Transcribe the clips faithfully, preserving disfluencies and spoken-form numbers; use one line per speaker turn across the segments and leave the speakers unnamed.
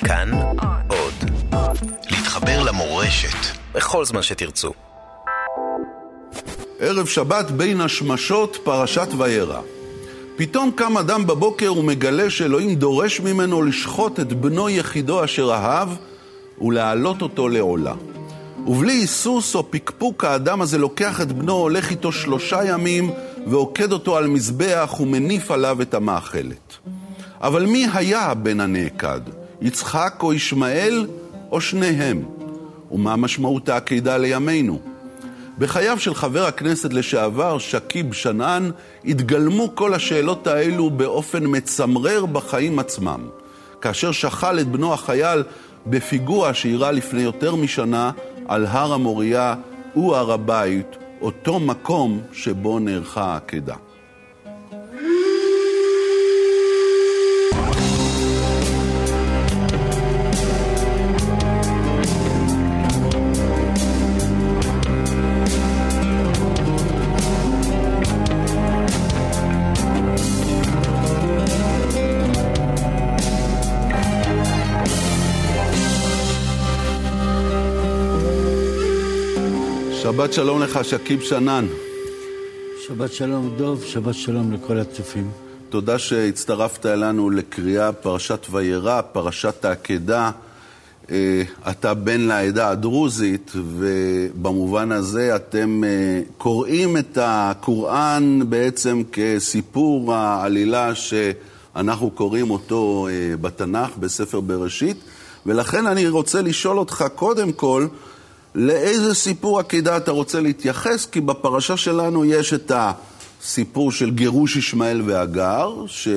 כאן עוד. להתחבר למורשת בכל זמן שתרצו.
ערב שבת בין השמשות, פרשת וירא. פתאום קם אדם בבוקר ומגלה שאלוהים דורש ממנו לשחוט את בנו יחידו אשר אהב ולהעלות אותו לעולה. ובלי היסוס או פקפוק האדם הזה לוקח את בנו, הולך איתו שלושה ימים ועוקד אותו על מזבח ומניף עליו את המאכלת. אבל מי היה הבן הנעקד? יצחק או ישמעאל או שניהם? ומה משמעות העקידה לימינו? בחייו של חבר הכנסת לשעבר שקיב שנאן התגלמו כל השאלות האלו באופן מצמרר בחיים עצמם. כאשר שחל את בנו החייל בפיגוע שאירע לפני יותר משנה על הר המוריה והר הבית, אותו מקום שבו נערכה העקידה. שבת שלום לך שקיב שנאן.
שבת שלום דוב, שבת שלום לכל הצופים.
תודה שהצטרפת אלינו לקריאה פרשת וירא, פרשת העקידה. אתה בן לעדה הדרוזית, ובמובן הזה אתם קוראים את הקוראן בעצם כסיפור העלילה שאנחנו קוראים אותו בתנ"ך, בספר בראשית. ולכן אני רוצה לשאול אותך קודם כל, לאיזה סיפור עקידה אתה רוצה להתייחס? כי בפרשה שלנו יש את הסיפור של גירוש ישמעאל והגר,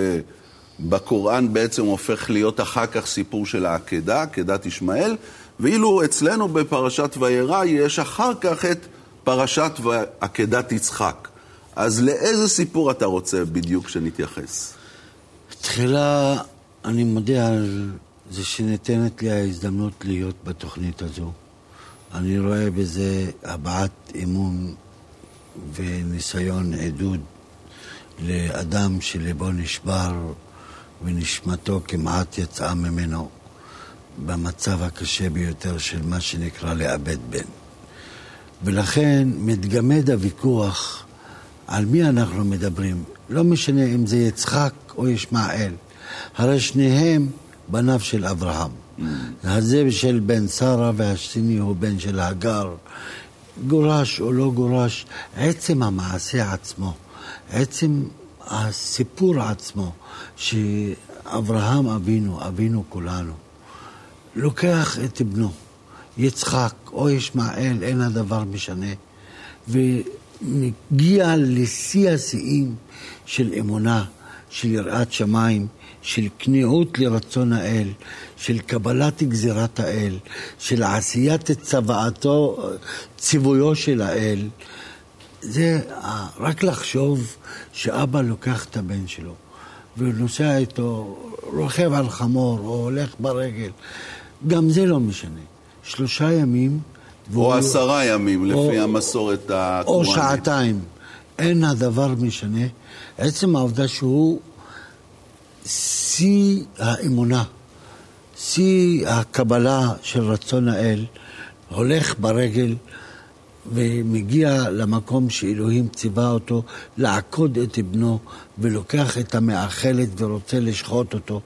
שבקוראן בעצם הופך להיות אחר כך סיפור של העקידה, עקידת ישמעאל, ואילו אצלנו בפרשת וירא יש אחר כך את פרשת עקידת יצחק. אז לאיזה סיפור אתה רוצה בדיוק שנתייחס?
תחילה אני מודה על זה שניתנת לי ההזדמנות להיות בתוכנית הזו. אני רואה בזה הבעת אמון וניסיון עדוד לאדם שלבו נשבר ונשמתו כמעט יצאה ממנו במצב הקשה ביותר של מה שנקרא לאבד בן. ולכן מתגמד הוויכוח על מי אנחנו מדברים. לא משנה אם זה יצחק או ישמעאל, הרי שניהם בניו של אברהם. הזה של בן שרה והשני הוא בן של הגר. גורש או לא גורש, עצם המעשה עצמו, עצם הסיפור עצמו, שאברהם אבינו, אבינו כולנו, לוקח את בנו, יצחק או ישמעאל, אין הדבר משנה, ומגיע לשיא השיאים של אמונה, של יראת שמיים, של כניעות לרצון האל, של קבלת גזירת האל, של עשיית צוואתו, ציוויו של האל. זה רק לחשוב שאבא לוקח את הבן שלו ונוסע איתו, רוכב על חמור או הולך ברגל, גם זה לא משנה. שלושה ימים
או עשרה ימים לפי המסורת הקוראנית,
או שעתיים, אין הדבר משנה. עצם העובדה שהוא שיא האמונה, שיא הקבלה של רצון האל, הולך ברגל ומגיע למקום שאלוהים ציווה אותו לעקוד את בנו, ולוקח את המאכלת ורוצה לשחוט אותו.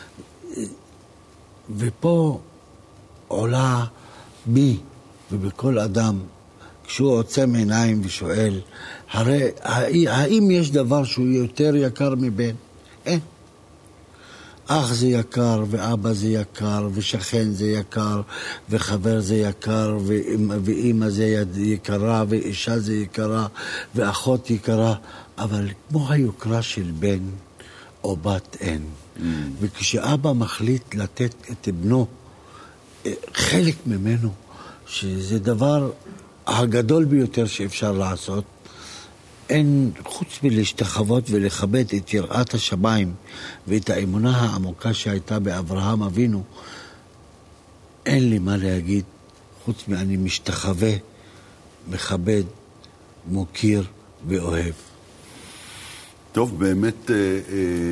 ופה עולה בי ובכל אדם, כשהוא עוצם עיניים ושואל, הרי האם יש דבר שהוא יותר יקר מבן? אין. אח זה יקר, ואבא זה יקר, ושכן זה יקר, וחבר זה יקר, ואמא זה יקרה, ואישה זה יקרה, ואחות יקרה, אבל כמו היוקרה של בן או בת אין. Mm. וכשאבא מחליט לתת את בנו, חלק ממנו, שזה דבר הגדול ביותר שאפשר לעשות, אין חוץ מלהשתחוות ולכבד את יראת השמיים ואת האמונה העמוקה שהייתה באברהם אבינו, אין לי מה להגיד חוץ מאני משתחווה, מכבד, מוקיר ואוהב.
טוב, באמת אה, אה,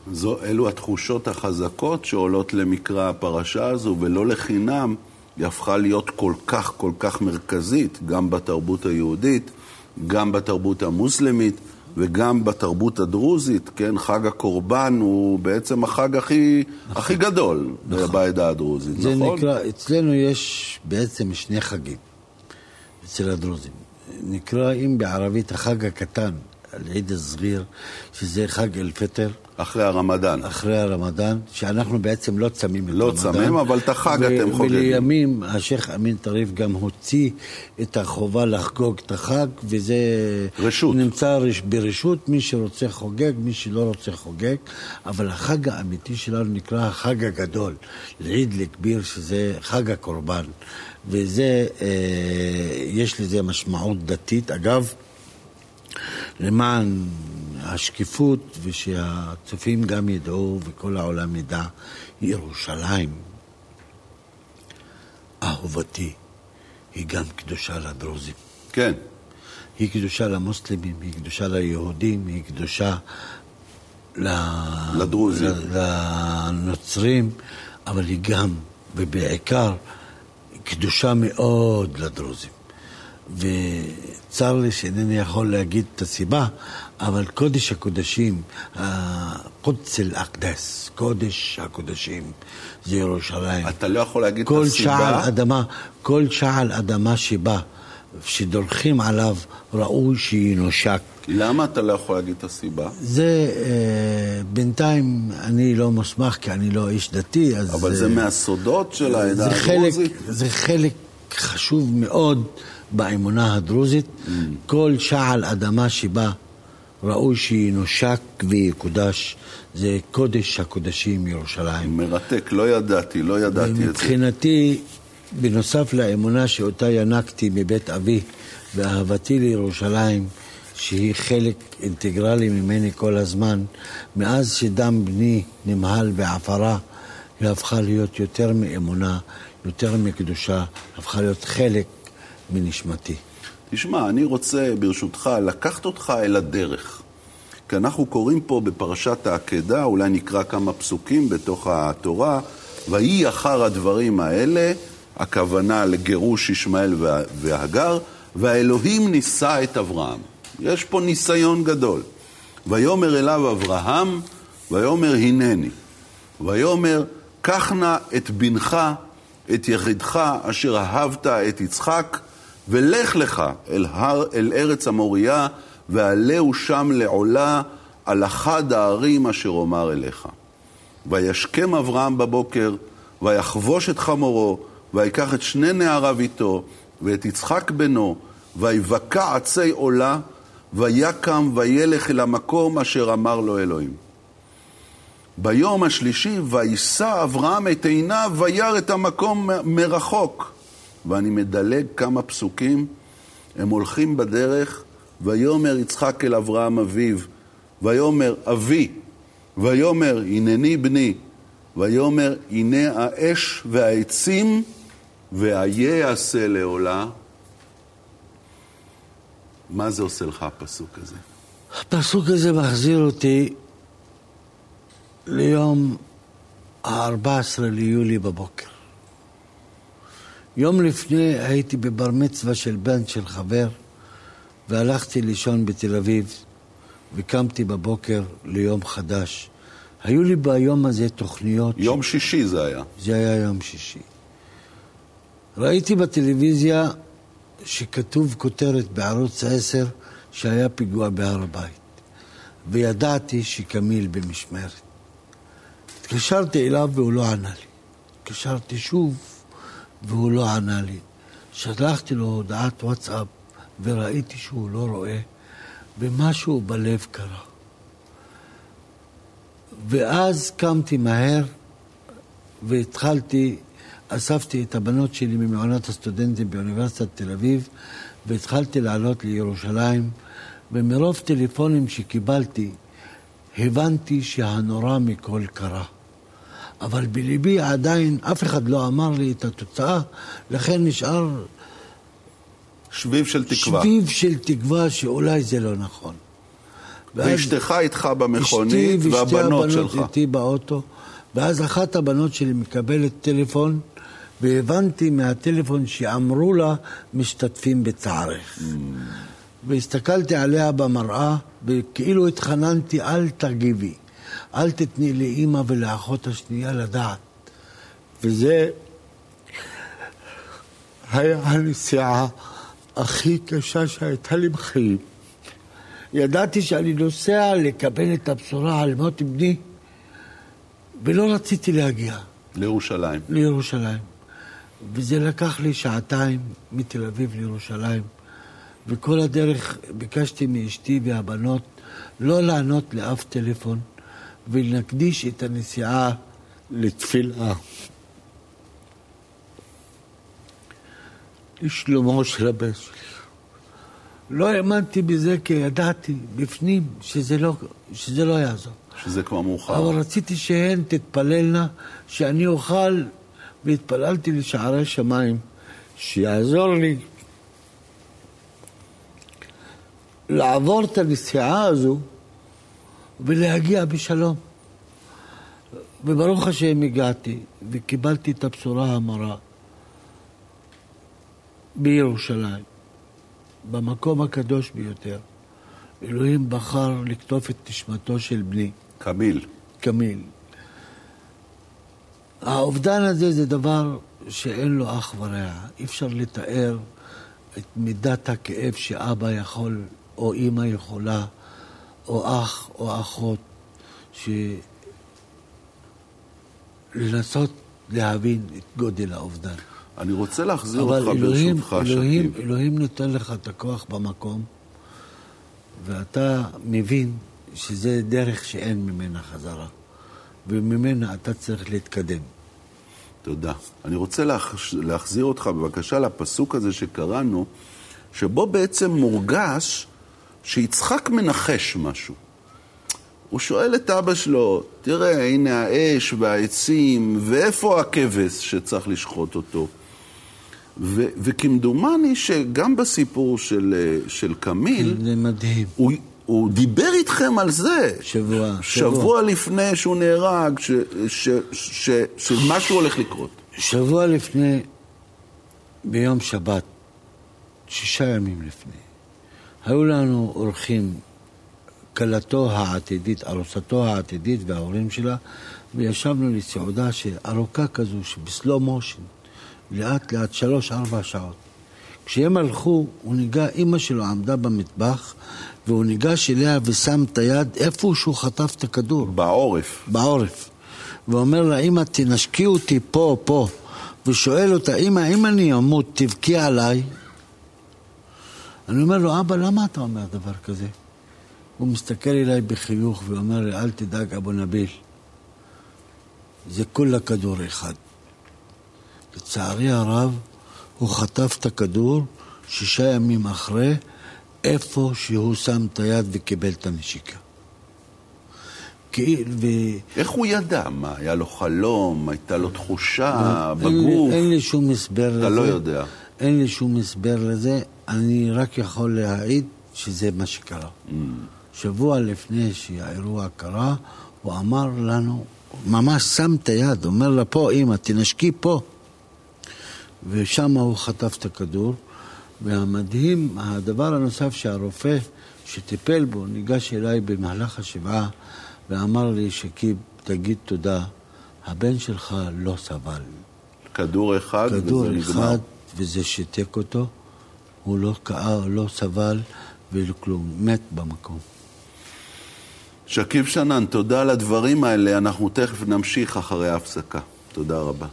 זו, אלו התחושות החזקות שעולות למקרא הפרשה הזו, ולא לחינם היא הפכה להיות כל כך כל כך מרכזית, גם בתרבות היהודית, גם בתרבות המוסלמית, וגם בתרבות הדרוזית, כן, חג הקורבן הוא בעצם החג הכי, נכון. הכי גדול נכון. בעדה הדרוזית,
זה
נכון?
נקרא, אצלנו יש בעצם שני חגים, אצל הדרוזים. נקראים בערבית החג הקטן, אל-עיד הסגיר, שזה חג אל-פטר.
אחרי הרמדאן.
אחרי הרמדאן, שאנחנו בעצם לא צמים את
לא
הרמדאן.
לא צמים, אבל את החג ו- אתם חוגגים.
ולימים, השייך אמין טריף גם הוציא את החובה לחגוג את החג, וזה
רשות.
נמצא ברשות, מי שרוצה חוגג, מי שלא רוצה חוגג, אבל החג האמיתי שלנו נקרא החג הגדול, אל-עיד אל-כביר, שזה חג הקורבן. וזה, אה, יש לזה משמעות דתית. אגב, למען השקיפות ושהצופים גם ידעו וכל העולם ידע, ירושלים, אהובתי, היא גם קדושה לדרוזים.
כן.
היא קדושה למוסלמים, היא קדושה ליהודים, היא קדושה
לדרוזים,
לנוצרים, אבל היא גם ובעיקר קדושה מאוד לדרוזים. וצר לי שאינני יכול להגיד את הסיבה, אבל קודש הקודשים, קודש אל-אקדס, קודש הקודשים, זה ירושלים.
אתה לא יכול להגיד את
כל
הסיבה?
שעל אדמה, כל שעל אדמה שבה, שדורכים עליו, ראוי שינושק.
למה אתה לא יכול להגיד את הסיבה?
זה, בינתיים אני לא מוסמך, כי אני לא איש דתי, אז...
אבל זה מהסודות של העדה הדרוזית?
זה חלק חשוב מאוד באמונה הדרוזית. Mm. כל שעל אדמה שבה ראוי שינושק ויקודש, זה קודש הקודשים ירושלים.
מרתק, לא ידעתי, לא ידעתי את זה.
מבחינתי, בנוסף לאמונה שאותה ינקתי מבית אבי, ואהבתי לירושלים, שהיא חלק אינטגרלי ממני כל הזמן, מאז שדם בני נמהל בעפרה, היא הפכה להיות יותר מאמונה, יותר מקדושה, הפכה להיות חלק מנשמתי.
תשמע, אני רוצה ברשותך לקחת אותך אל הדרך. כי אנחנו קוראים פה בפרשת העקדה, אולי נקרא כמה פסוקים בתוך התורה, ויהי אחר הדברים האלה, הכוונה לגירוש ישמעאל והגר, והאלוהים ניסה את אברהם. יש פה ניסיון גדול. ויאמר אליו אברהם, ויאמר הנני. ויאמר, קח נא את בנך, את יחידך, אשר אהבת את יצחק, ולך לך אל, הר, אל ארץ המוריה, ועלהו שם לעולה על אחד הערים אשר אומר אליך. וישכם אברהם בבוקר, ויחבוש את חמורו, ויקח את שני נעריו איתו, ואת יצחק בנו, ויבקע עצי עולה, ויקם וילך אל המקום אשר אמר לו אלוהים. ביום השלישי, וישא אברהם את עיניו, וירא את המקום מרחוק. ואני מדלג כמה פסוקים, הם הולכים בדרך, ויאמר יצחק אל אברהם אביו, ויאמר אבי, ויאמר הנני בני, ויאמר הנה האש והעצים, ואיה יעשה לעולה. מה זה עושה לך הפסוק הזה?
הפסוק הזה מחזיר אותי ליום ה-ארבעה עשר ליולי בבוקר. יום לפני הייתי בבר מצווה של בן של חבר, והלכתי לישון בתל אביב, וקמתי בבוקר ליום חדש. היו לי ביום הזה תוכניות...
יום ש... שישי זה היה.
זה היה יום שישי. ראיתי בטלוויזיה שכתוב כותרת בערוץ עשר שהיה פיגוע בהר הבית. וידעתי שקמיל במשמרת. התקשרתי אליו והוא לא ענה לי. התקשרתי שוב והוא לא ענה לי. שלחתי לו הודעת וואטסאפ וראיתי שהוא לא רואה, ומשהו בלב קרה. ואז קמתי מהר והתחלתי, אספתי את הבנות שלי ממעונות הסטודנטים באוניברסיטת תל אביב, והתחלתי לעלות לירושלים, ומרוב טלפונים שקיבלתי, הבנתי שהנורא מכל קרה. אבל בליבי עדיין אף אחד לא אמר לי את התוצאה, לכן נשאר
שביב של תקווה.
שביב של תקווה שאולי זה לא נכון.
ואשתך איתך במכונית, והבנות שלך.
אשתי איתי באוטו, ואז אחת הבנות שלי מקבלת טלפון, והבנתי מהטלפון שאמרו לה, משתתפים בצערך. Mm. והסתכלתי עליה במראה, וכאילו התחננתי, אל תגיבי, אל תתני לאמא ולאחות השנייה לדעת. וזה היה הנסיעה הכי קשה שהייתה לי בחיים. ידעתי שאני נוסע לקבל את הבשורה על מות בני, ולא רציתי להגיע.
לירושלים.
לירושלים. וזה לקח לי שעתיים מתל אביב לירושלים, וכל הדרך ביקשתי מאשתי והבנות לא לענות לאף טלפון, ולהקדיש את הנסיעה לתפילה. לשלומו של הבן שלי. לא האמנתי בזה כי ידעתי בפנים שזה לא, שזה לא יעזור.
שזה כבר מאוחר.
אבל רציתי שהן תתפללנה שאני אוכל, והתפללתי לשערי שמיים שיעזור לי לעבור את הנסיעה הזו ולהגיע בשלום. וברוך השם הגעתי וקיבלתי את הבשורה המרה בירושלים, במקום הקדוש ביותר. אלוהים בחר לקטוף את נשמתו של בני.
קמיל.
קמיל. האובדן הזה זה דבר שאין לו אח ורע. אי אפשר לתאר את מידת הכאב שאבא יכול, או אמא יכולה, או אח או אחות, שלנסות להבין את גודל האובדן.
אני רוצה להחזיר אותך
אלוהים,
ברשותך,
אלוהים,
שקיב.
אלוהים נותן לך את הכוח במקום, ואתה מבין שזה דרך שאין ממנה חזרה, וממנה אתה צריך להתקדם.
תודה. אני רוצה להחזיר אותך בבקשה לפסוק הזה שקראנו, שבו בעצם מורגש שיצחק מנחש משהו. הוא שואל את אבא שלו, תראה, הנה האש והעצים, ואיפה הכבש שצריך לשחוט אותו? ו- וכמדומני שגם בסיפור של, של קמיל,
זה מדהים.
הוא, הוא דיבר איתכם על זה.
שבוע.
שבוע, שבוע לפני שהוא נהרג, ש, ש, ש, ש, שמשהו הולך לקרות.
שבוע לפני, ביום שבת, שישה ימים לפני, היו לנו אורחים, קלתו העתידית, ארוסתו העתידית וההורים שלה, וישבנו לסעודה שארוכה כזו, שבסלו מושן, לאט לאט, שלוש, ארבע שעות. כשהם הלכו, הוא ניגע, אמא שלו עמדה במטבח, והוא ניגש אליה ושם את היד איפה שהוא חטף את הכדור.
בעורף.
בעורף. ואומר לה, אמא, תנשקי אותי פה, פה. ושואל אותה, אמא, אם אני אמות, תבכי עליי. אני אומר לו, אבא, למה אתה אומר דבר כזה? הוא מסתכל אליי בחיוך ואומר לי, אל תדאג, אבו נביל. זה כולה כדור אחד. לצערי הרב, הוא חטף את הכדור שישה ימים אחרי, איפה שהוא שם את היד וקיבל את הנשיקה. ו...
איך הוא ידע? מה, היה לו חלום? הייתה לו תחושה בגוף?
אין לי שום הסבר לזה.
אתה לא יודע.
אין לי שום הסבר לזה. אני רק יכול להעיד שזה מה שקרה. Mm. שבוע לפני שהאירוע קרה, הוא אמר לנו, ממש שם את היד, אומר לה, פה אמא, תנשקי פה. ושם הוא חטף את הכדור, והמדהים, הדבר הנוסף שהרופא שטיפל בו, ניגש אליי במהלך השבעה, ואמר לי, שקיב, תגיד תודה, הבן שלך לא סבל.
כדור אחד
כדור
וזה
אחד,
נגמר.
וזה שיתק אותו, הוא לא כאב, לא סבל, ולא כלום, מת במקום.
שקיב שנן, תודה על הדברים האלה, אנחנו תכף נמשיך אחרי ההפסקה. תודה רבה.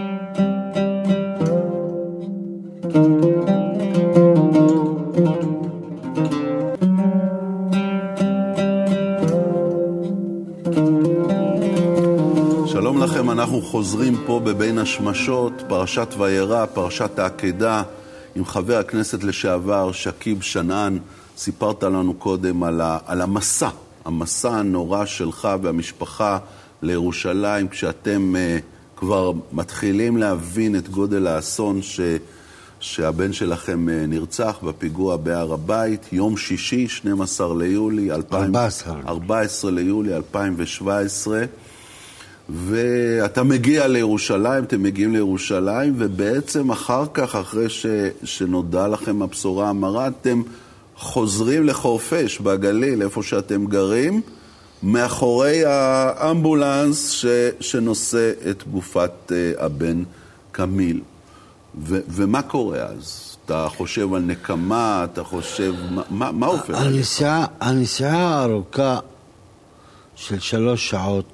שלום לכם, אנחנו חוזרים פה בבין השמשות, פרשת וירא, פרשת העקדה, עם חבר הכנסת לשעבר שקיב שנן. סיפרת לנו קודם על, ה, על המסע, המסע הנורא שלך והמשפחה לירושלים, כשאתם uh, כבר מתחילים להבין את גודל האסון ש, שהבן שלכם נרצח בפיגוע בהר הבית, יום שישי, שנים עשר ליולי, ארבע עשרה ליולי אלפיים שבע עשרה, ואתה מגיע לירושלים, אתם מגיעים לירושלים, ובעצם אחר כך, אחרי ש, שנודע לכם הבשורה המרה, אתם חוזרים לחורפש בגליל, איפה שאתם גרים, מאחורי האמבולנס ש, שנושא את גופת uh, הבן קמיל. ו, ומה קורה אז? אתה חושב על נקמה, אתה חושב, מה, מה, מה עובר?
הנסיעה, הנסיעה הארוכה של שלוש שעות,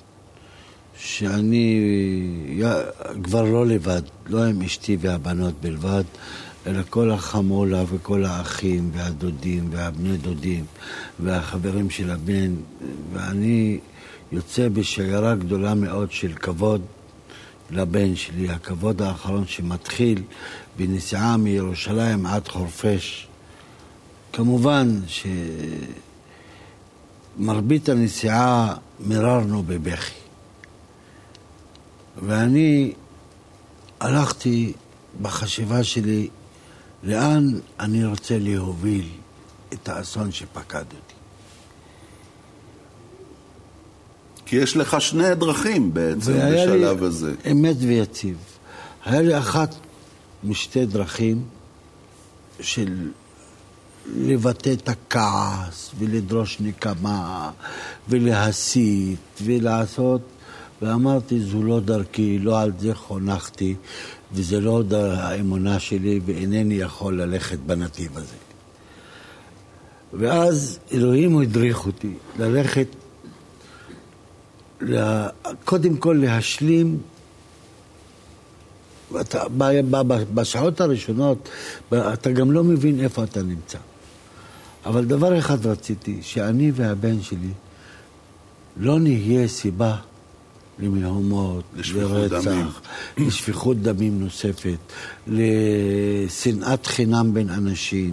שאני כבר לא לבד, לא עם אשתי והבנות בלבד, אלא כל החמולה וכל האחים והדודים והבני דודים והחברים של הבן, ואני יוצא בשיירה גדולה מאוד של כבוד לבן שלי, הכבוד האחרון שמתחיל בנסיעה מירושלים עד חורפש. כמובן שמרבית הנסיעה מררנו בבכי, ואני הלכתי בחשיבה שלי לאן אני רוצה להוביל את האסון שפקד אותי.
כי יש לך שני דרכים בעצם בשלב הזה.
אמת ויציב. היה לי אחת משתי דרכים של לבטא את הכעס ולדרוש נקמה ולהסית ולעשות, ואמרתי, זו לא דרכי, לא על זה חונכתי, וזה לא האמונה שלי, ואינני יכול ללכת בנתיב הזה. ואז אלוהים הדריך אותי ללכת, קודם כל להשלים, אתה, בשעות הראשונות אתה גם לא מבין איפה אתה נמצא. אבל דבר אחד רציתי, שאני והבן שלי לא נהיה סיבה למהומות, לרצח, לשפיכות דמים נוספת, לשנאת חינם בין אנשים,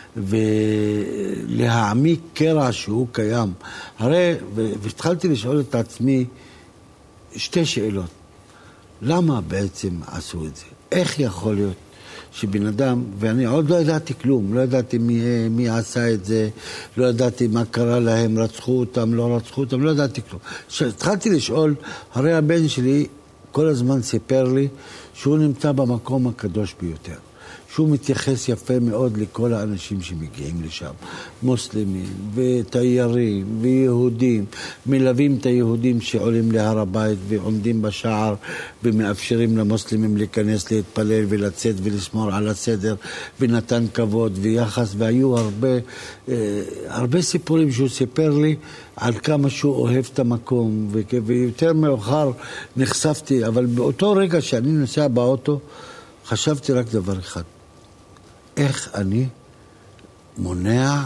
ולהעמיק קרע שהוא קיים. הרי, והתחלתי לשאול את עצמי שתי שאלות. למה בעצם עשו את זה? איך יכול להיות שבן אדם, ואני עוד לא ידעתי כלום, לא ידעתי מי, מי עשה את זה, לא ידעתי מה קרה להם, רצחו אותם, לא רצחו אותם, לא ידעתי כלום. כשהתחלתי לשאול, הרי הבן שלי כל הזמן סיפר לי שהוא נמצא במקום הקדוש ביותר, שהוא מתייחס יפה מאוד לכל האנשים שמגיעים לשם, מוסלמים ותיירים ויהודים, מלווים את היהודים שעולים להר הבית ועומדים בשער ומאפשרים למוסלמים להיכנס להתפלל ולצאת ולשמור על הסדר, ונתן כבוד ויחס, והיו הרבה, הרבה סיפורים שהוא סיפר לי על כמה שהוא אוהב את המקום, ויותר מאוחר נחשפתי, אבל באותו רגע שאני נוסע באוטו חשבתי רק דבר אחד, איך אני מונע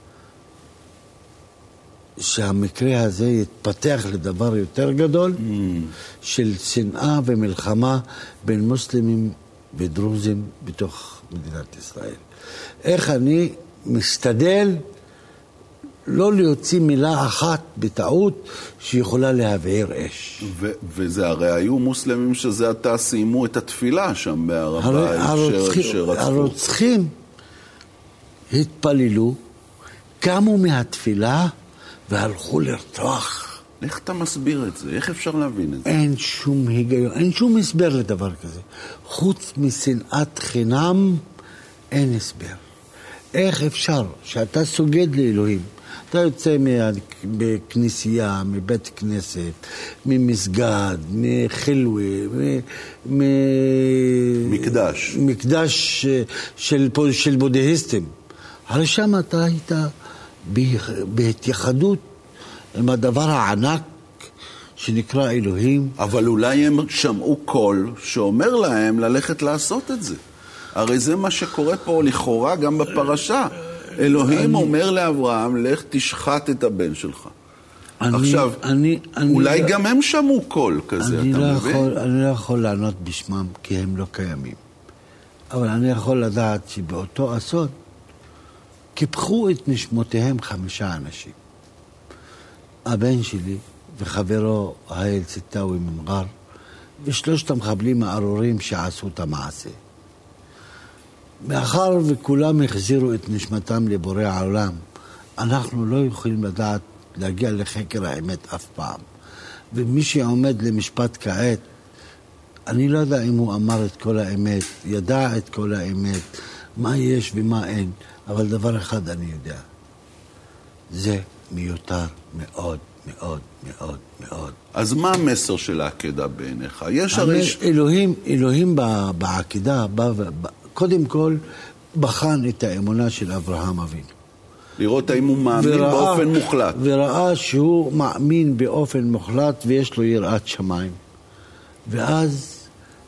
שהמקרה הזה יתפתח לדבר יותר גדול mm. של שנאה ומלחמה בין מוסלמים ודרוזים בתוך מדינת ישראל. איך אני משתדל לא להוציא מילה אחת בטעות שיכולה להבעיר אש.
ו- וזה הרי היו מוסלמים שזה עתה סיימו את התפילה שם בהר הבית.
הרוצחים, ש- הרוצחים התפללו, קמו מהתפילה והלכו לרצוח.
איך אתה מסביר את זה? איך אפשר להבין את זה?
אין שום היגיון, אין שום הסבר לדבר כזה. חוץ משנאת חינם, אין הסבר. איך אפשר שאתה סוגד לאלוהים, אתה יוצא מכנסייה, מבית כנסת, ממסגד, מחילווי,
מקדש.
מקדש של, של בודהיסטים. הרי שם אתה היית בהתייחדות עם הדבר הענק שנקרא אלוהים.
אבל אולי הם שמעו קול שאומר להם ללכת לעשות את זה. הרי זה מה שקורה פה לכאורה גם בפרשה. אלוהים אומר לאברהם, לך תשחט את הבן שלך.
אני,
עכשיו,
אני, אני
אולי
לא,
גם הם שמעו קול כזה,
אני
אתה
לא
מבין?
יכול, אני לא יכול לענות בשמם, כי הם לא קיימים. אבל אני יכול לדעת שבאותו אסון, קיפחו את נשמותיהם חמישה אנשים. הבן שלי וחברו הייל סיטאווי ממגר, ושלושת המחבלים הארורים שעשו את המעשה. מאחר וכולם החזירו את נשמתם לבורא העולם, אנחנו לא יכולים לדעת להגיע לחקר האמת אף פעם. ומי שעומד למשפט כעת, אני לא יודע אם הוא אמר את כל האמת, ידע את כל האמת, מה יש ומה אין, אבל דבר אחד אני יודע, זה מיותר מאוד מאוד מאוד מאוד.
אז מה המסר של העקדה בעיניך? יש הרי...
אלוהים, אלוהים בעקדה, קודם כל בחן את האמונה של אברהם אבינו.
לראות האם הוא מאמין וראה, באופן מוחלט.
וראה שהוא מאמין באופן מוחלט ויש לו יראת שמיים. ואז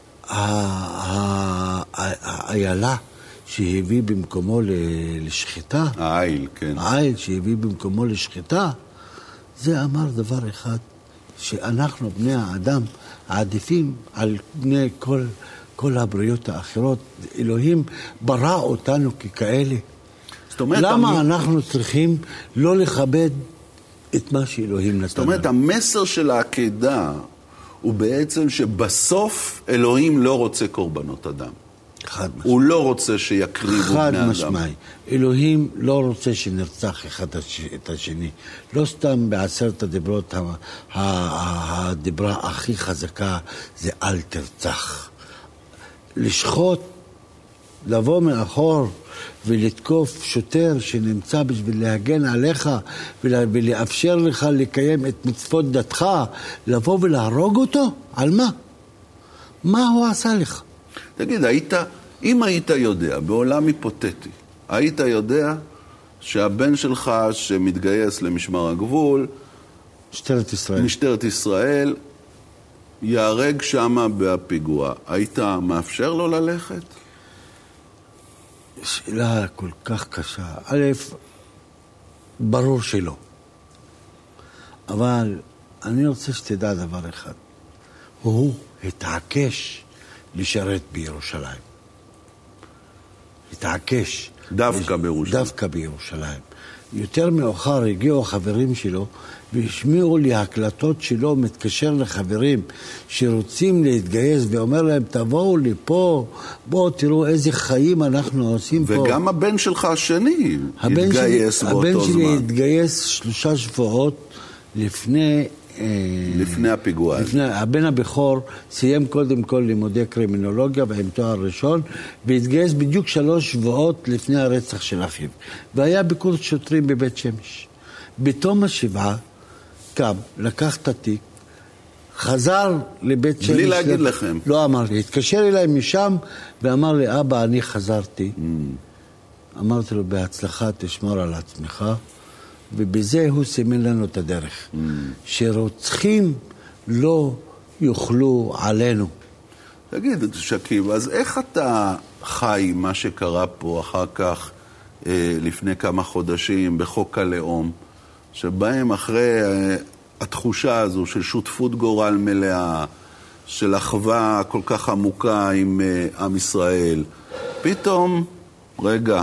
האיילה שהביא במקומו לשחיטה,
העיל, כן.
העיל שהביא במקומו לשחיטה, זה אמר דבר אחד, שאנחנו בני האדם עדיפים על בני כל, כל הבריות האחרות. אלוהים ברא אותנו ככאלה. אומרת, למה המ... אנחנו צריכים לא לכבד את מה שאלוהים נתן?
זאת אומרת, המסר של העקדה הוא בעצם שבסוף אלוהים לא רוצה קורבנות אדם.
חד משמעי.
הוא לא רוצה שיקריבו בני אדם.
חד משמעי. אלוהים לא רוצה שנרצח אחד את השני. לא סתם בעשרת הדיברות, הדיברה הכי חזקה זה אל תרצח. לשחוט, לבוא מאחור ולתקוף שוטר שנמצא בשביל להגן עליך ולאפשר לך לקיים את מצוות דתך, לבוא ולהרוג אותו? על מה? מה הוא עשה לך?
תגיד, היית, אם היית יודע, בעולם היפותטי, היית יודע שהבן שלך שמתגייס למשמר הגבול,
משטרת ישראל,
משטרת ישראל, יהרג שמה בפיגוע, היית מאפשר לו ללכת?
שאלה כל כך קשה. א', ברור שלא. אבל אני רוצה שתדע דבר אחד. הוא התעקש לשרת בירושלים. התעקש.
דווקא בירושלים.
דווקא בירושלים. יותר מאוחר הגיעו החברים שלו והשמיעו לי הקלטות שלו, מתקשר לחברים שרוצים להתגייס ואומר להם, תבואו לי פה, בואו תראו איזה חיים אנחנו עושים
וגם פה. וגם הבן שלך השני התגייס באותו זמן.
הבן שלי התגייס שלושה שבועות לפני...
לפני הפיגוע.
לפני, הבן הבכור סיים קודם כל לימודי קרימינולוגיה ועם תואר ראשון, והתגייס בדיוק שלוש שבועות לפני הרצח של אחיו. והיה בקורס שוטרים בבית שמש. בתום השבעה, קם, לקח את התיק, חזר לבית שמש.
בלי להגיד לכם.
לא אמר לי, התקשר אליי משם ואמר לי, אבא, אני חזרתי. Mm. אמרתי לו, בהצלחה תשמור על עצמך. ובזה הוא סימן לנו את הדרך. Mm. שרוצחים לא יוכלו עלינו.
תגיד, שקיב, אז איך אתה חי מה שקרה פה אחר כך, אה, לפני כמה חודשים, בחוק הלאום, שבהם אחרי אה, התחושה הזו של שותפות גורל מלאה, של אחווה כל כך עמוקה עם אה, עם ישראל, פתאום, רגע,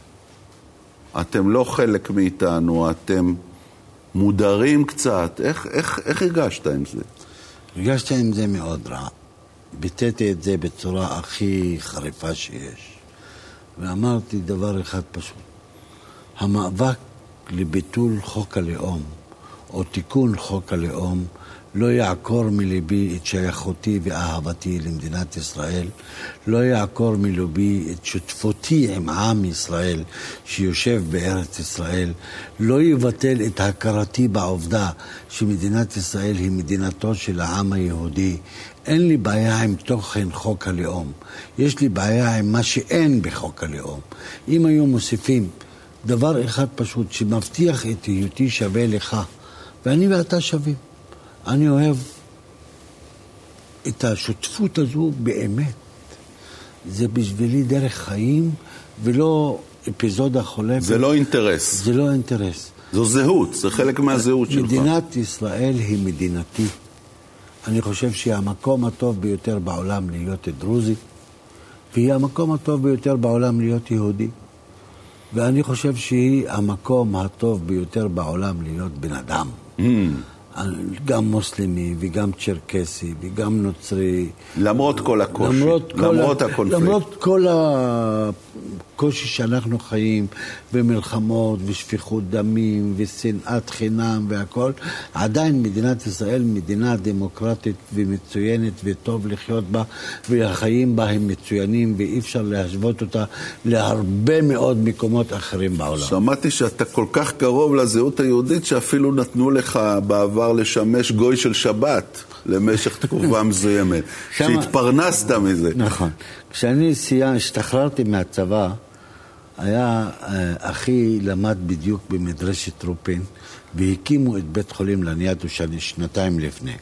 אתם לא חלק מאיתנו, אתם מודרים קצת. איך, איך, איך הרגשת עם זה?
הרגשת עם זה מאוד רע. ביטאתי את זה בצורה הכי חריפה שיש. ואמרתי דבר אחד פשוט. המאבק לביטול חוק הלאום, או תיקון חוק הלאום, לא יעקור מלבי את שייכותי ואהבתי למדינת ישראל, לא יעקור מלבי את שותפותי עם עם ישראל שיושב בארץ ישראל, לא יבטל את הכרתי בעובדה שמדינת ישראל היא מדינתו של העם היהודי. אין לי בעיה עם תוכן חוק הלאום, יש לי בעיה עם מה שאין בחוק הלאום. אם היו מוסיפים דבר אחד פשוט שמבטיח את היותי שווה לך, ואני ואתה שווים, אני אוהב את השותפות הזו באמת. זה בשבילי דרך חיים ולא אפיזודה חולפת.
זה לא אינטרס.
זה לא אינטרס.
זו זהות, זה חלק מהזהות שלך.
מדינת ישראל היא מדינתי. אני חושב שהיא המקום הטוב ביותר בעולם להיות דרוזי, והיא המקום הטוב ביותר בעולם להיות יהודי. ואני חושב שהיא המקום הטוב ביותר בעולם להיות בן אדם. Mm. גם מוסלמי וגם צ'רקסי וגם נוצרי.
למרות כל הקושי, למרות,
למרות
כל הקונפליקט.
למרות כל הקושי שאנחנו חיים, ומלחמות, ושפיכות דמים, ושנאת חינם והכל, עדיין מדינת ישראל מדינה דמוקרטית ומצוינת, וטוב לחיות בה, והחיים בה הם מצוינים, ואי אפשר להשוות אותה להרבה מאוד מקומות אחרים בעולם.
שמעתי שאתה כל כך קרוב לזהות היהודית, שאפילו נתנו לך בעבר לשמש גוי של שבת, למשך תקופה מסוימת, שהתפרנסת מזה.
נכון. כשאני סיימתי, השתחררתי מהצבא, היה, אחי למד בדיוק במדרשת רופין, והקימו את בית חולים לניאדו שנתיים לפני.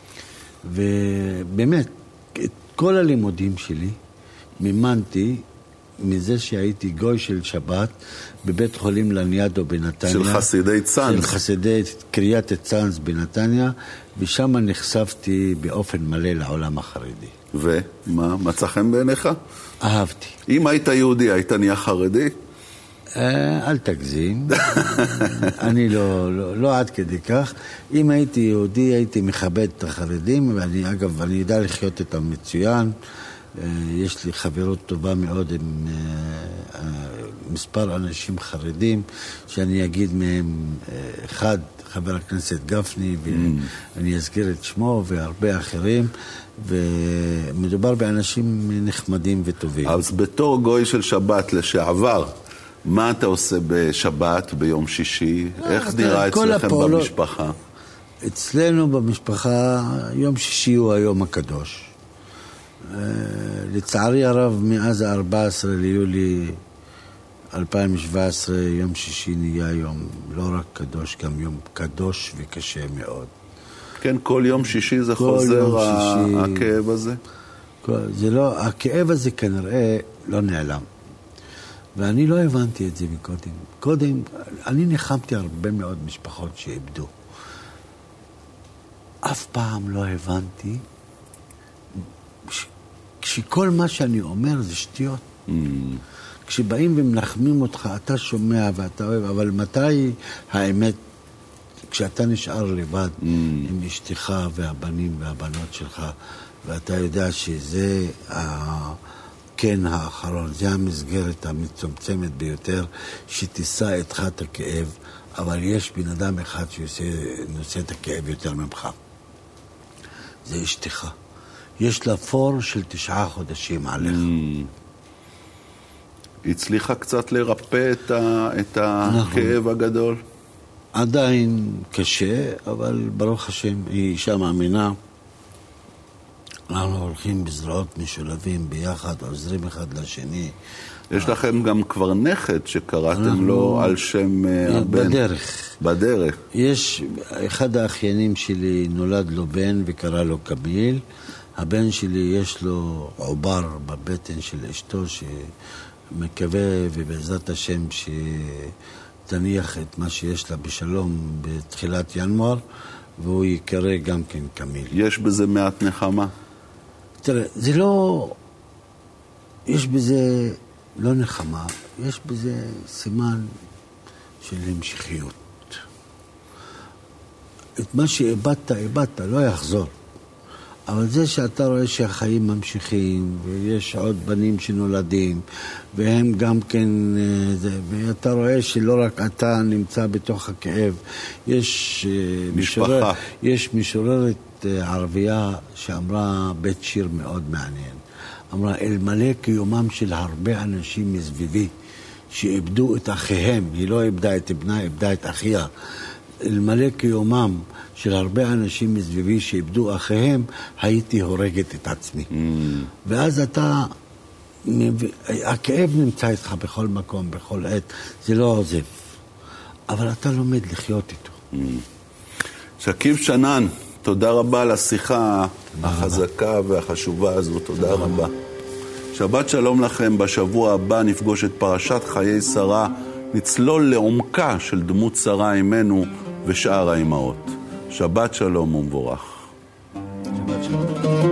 ובאמת, את כל הלימודים שלי מימנתי מזה שהייתי גוי של שבת בבית חולים לניאדו בנתניה.
של חסידי צאנז.
של חסידי קריית צאנז בנתניה, ושם נחשפתי באופן מלא לעולם החרדי.
ומה, מצא חן בעיניך?
אהבתי.
אם היית יהודי, היית נהיה חרדי?
אל תגזים. אני לא, לא, לא עד כדי כך. אם הייתי יהודי, הייתי מכבד את החרדים, ואני, אגב, אני יודע לחיות איתם מצוין. יש לי חברות טובה מאוד עם מספר אנשים חרדים, שאני אגיד מהם אחד, חבר הכנסת גפני, ואני אזכיר את שמו, והרבה אחרים, ומדובר באנשים נחמדים וטובים.
אז בתור גוי של שבת לשעבר, מה אתה עושה בשבת, ביום שישי? איך נראה אצלכם במשפחה?
אצלנו במשפחה, יום שישי הוא היום הקדוש. לצערי הרב, מאז ה-ארבעה עשר ליולי אלפיים שבע עשרה, יום שישי נהיה יום לא רק קדוש, גם יום קדוש וקשה מאוד.
כן, כל יום שישי זה חוזר שישי, הכאב הזה?
זה לא, הכאב הזה כנראה לא נעלם. ואני לא הבנתי את זה מקודם. קודם, אני ניחמתי הרבה מאוד משפחות שאיבדו. אף פעם לא הבנתי שכל מה שאני אומר זה שטויות. Mm. כשבאים ומנחמים אותך, אתה שומע ואתה אוהב, אבל מתי האמת, כשאתה נשאר לבד mm. עם אשתך והבנים והבנות שלך, ואתה יודע שזה כן האחרון, זה המסגרת המצומצמת ביותר, שתישא איתך את הכאב, אבל יש בן אדם אחד שנושא את הכאב יותר ממך. זה אשתך. יש לה פור של תשעה חודשים עליך.
הצליחה קצת לרפא את, ה, את הכאב הגדול?
עדיין קשה, אבל ברוך השם, היא אישה מאמינה. אנחנו הולכים בזרועות משולבים ביחד, עוזרים אחד לשני.
יש לכם גם כבר נכד שקראתם אנחנו... לו על שם הבן.
בדרך.
בדרך.
יש, אחד האחיינים שלי נולד לו בן וקרא לו קביל. הבן שלי יש לו עובר בבטן של אשתו שמקווה ובעזרת השם שתניח את מה שיש לה בשלום בתחילת ינואר, והוא יקרא גם כן קמיל.
יש בזה מעט נחמה?
תראה, זה לא... יש בזה לא נחמה, יש בזה סימן של המשכיות. את מה שאיבדת, איבדת, לא יחזור. אבל זה שאתה רואה שהחיים ממשיכים, ויש עוד בנים שנולדים, והם גם כן, ואתה רואה שלא רק אתה נמצא בתוך הכאב, יש משורר, יש משוררת ערבייה שאמרה בית שיר מאוד מעניין. אמרה, אלמלא קיומם של הרבה אנשים מסביבי, שאיבדו את אחיהם, היא לא איבדה את בנה, איבדה את אחיה, אלמלא קיומם של הרבה אנשים מסביבי שאיבדו אחיהם, הייתי הורגת את עצמי. Mm. ואז אתה, הכאב נמצא איתך בכל מקום, בכל עת, זה לא עוזב. אבל אתה לומד לחיות איתו. Mm.
שקיב שנן, תודה רבה על השיחה החזקה והחשובה הזו, תודה רבה. שבת שלום לכם, בשבוע הבא נפגוש את פרשת חיי שרה, נצלול לעומקה של דמות שרה אימנו ושאר האימהות. שבת שלום ומבורך.
שבת שלום.